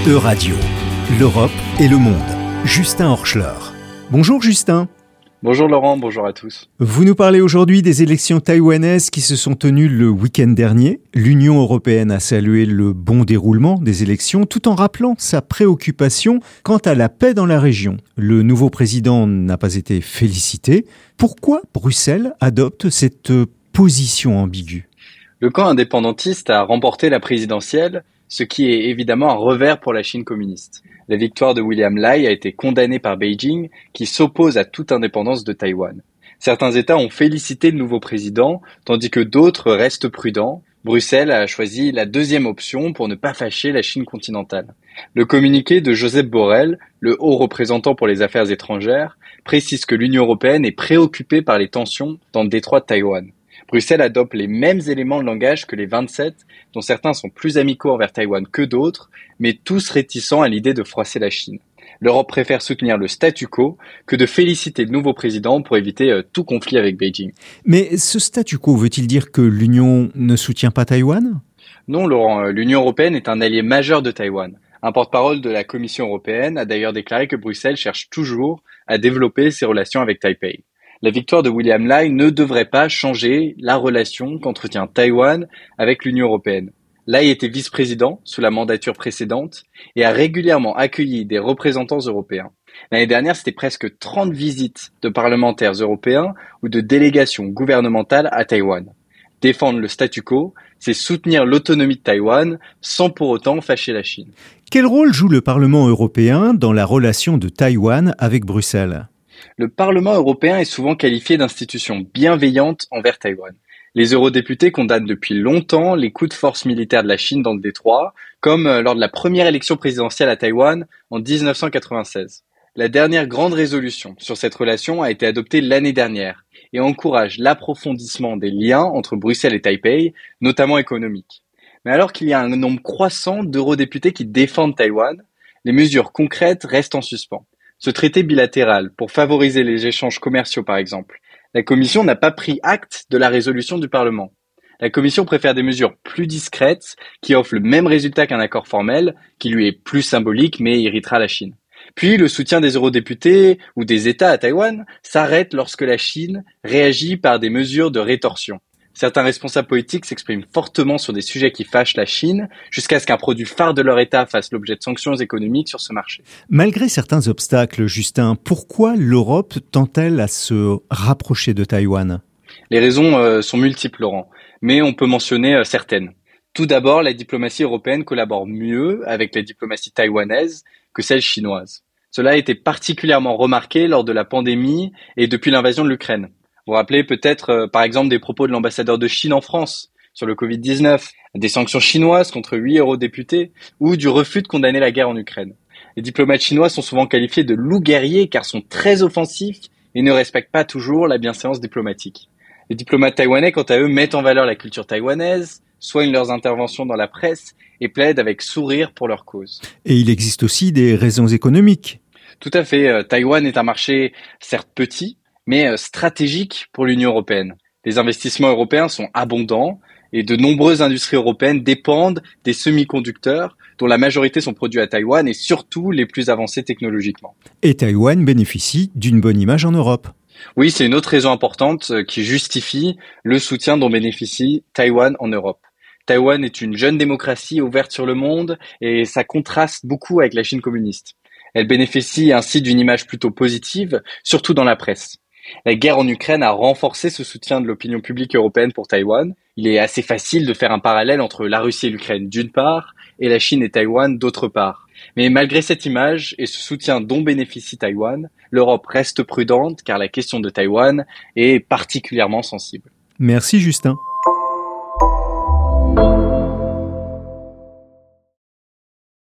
Euradio, l'Europe et le monde. Justin Horschler. Bonjour Justin. Bonjour Laurent, bonjour à tous. Vous nous parlez aujourd'hui des élections taïwanaises qui se sont tenues le week-end dernier. L'Union européenne a salué le bon déroulement des élections tout en rappelant sa préoccupation quant à la paix dans la région. Le nouveau président n'a pas été félicité. Pourquoi Bruxelles adopte cette position ambiguë ? Le camp indépendantiste a remporté la présidentielle, ce qui est évidemment un revers pour la Chine communiste. La victoire de William Lai a été condamnée par Beijing, qui s'oppose à toute indépendance de Taïwan. Certains États ont félicité le nouveau président, tandis que d'autres restent prudents. Bruxelles a choisi la deuxième option pour ne pas fâcher la Chine continentale. Le communiqué de Josep Borrell, le haut représentant pour les affaires étrangères, précise que l'Union européenne est préoccupée par les tensions dans le détroit de Taïwan. Bruxelles adopte les mêmes éléments de langage que les 27, dont certains sont plus amicaux envers Taïwan que d'autres, mais tous réticents à l'idée de froisser la Chine. L'Europe préfère soutenir le statu quo que de féliciter le nouveau président pour éviter tout conflit avec Beijing. Mais ce statu quo veut-il dire que l'Union ne soutient pas Taïwan ? Non, Laurent, l'Union européenne est un allié majeur de Taïwan. Un porte-parole de la Commission européenne a d'ailleurs déclaré que Bruxelles cherche toujours à développer ses relations avec Taipei. La victoire de William Lai ne devrait pas changer la relation qu'entretient Taïwan avec l'Union européenne. Lai était vice-président sous la mandature précédente et a régulièrement accueilli des représentants européens. L'année dernière, c'était presque 30 visites de parlementaires européens ou de délégations gouvernementales à Taïwan. Défendre le statu quo, c'est soutenir l'autonomie de Taïwan sans pour autant fâcher la Chine. Quel rôle joue le Parlement européen dans la relation de Taïwan avec Bruxelles ? Le Parlement européen est souvent qualifié d'institution bienveillante envers Taïwan. Les eurodéputés condamnent depuis longtemps les coups de force militaires de la Chine dans le détroit, comme lors de la première élection présidentielle à Taïwan en 1996. La dernière grande résolution sur cette relation a été adoptée l'année dernière et encourage l'approfondissement des liens entre Bruxelles et Taipei, notamment économiques. Mais alors qu'il y a un nombre croissant d'eurodéputés qui défendent Taïwan, les mesures concrètes restent en suspens. Ce traité bilatéral, pour favoriser les échanges commerciaux par exemple, la Commission n'a pas pris acte de la résolution du Parlement. La Commission préfère des mesures plus discrètes qui offrent le même résultat qu'un accord formel, qui lui est plus symbolique mais irritera la Chine. Puis le soutien des eurodéputés ou des États à Taïwan s'arrête lorsque la Chine réagit par des mesures de rétorsion. Certains responsables politiques s'expriment fortement sur des sujets qui fâchent la Chine, jusqu'à ce qu'un produit phare de leur État fasse l'objet de sanctions économiques sur ce marché. Malgré certains obstacles, Justin, pourquoi l'Europe tend-elle à se rapprocher de Taïwan ? Les raisons sont multiples, Laurent, mais on peut mentionner certaines. Tout d'abord, la diplomatie européenne collabore mieux avec la diplomatie taïwanaise que celle chinoise. Cela a été particulièrement remarqué lors de la pandémie et depuis l'invasion de l'Ukraine. Vous vous rappelez peut-être par exemple des propos de l'ambassadeur de Chine en France sur le Covid-19, des sanctions chinoises contre 8 eurodéputés ou du refus de condamner la guerre en Ukraine. Les diplomates chinois sont souvent qualifiés de loups guerriers car sont très offensifs et ne respectent pas toujours la bienséance diplomatique. Les diplomates taïwanais, quant à eux, mettent en valeur la culture taïwanaise, soignent leurs interventions dans la presse et plaident avec sourire pour leur cause. Et il existe aussi des raisons économiques. Tout à fait. Taïwan est un marché certes petit, mais stratégique pour l'Union européenne. Les investissements européens sont abondants et de nombreuses industries européennes dépendent des semi-conducteurs dont la majorité sont produits à Taïwan et surtout les plus avancés technologiquement. Et Taïwan bénéficie d'une bonne image en Europe. Oui, c'est une autre raison importante qui justifie le soutien dont bénéficie Taïwan en Europe. Taïwan est une jeune démocratie ouverte sur le monde et ça contraste beaucoup avec la Chine communiste. Elle bénéficie ainsi d'une image plutôt positive, surtout dans la presse. La guerre en Ukraine a renforcé ce soutien de l'opinion publique européenne pour Taïwan. Il est assez facile de faire un parallèle entre la Russie et l'Ukraine d'une part et la Chine et Taïwan d'autre part. Mais malgré cette image et ce soutien dont bénéficie Taïwan, l'Europe reste prudente car la question de Taïwan est particulièrement sensible. Merci Justin.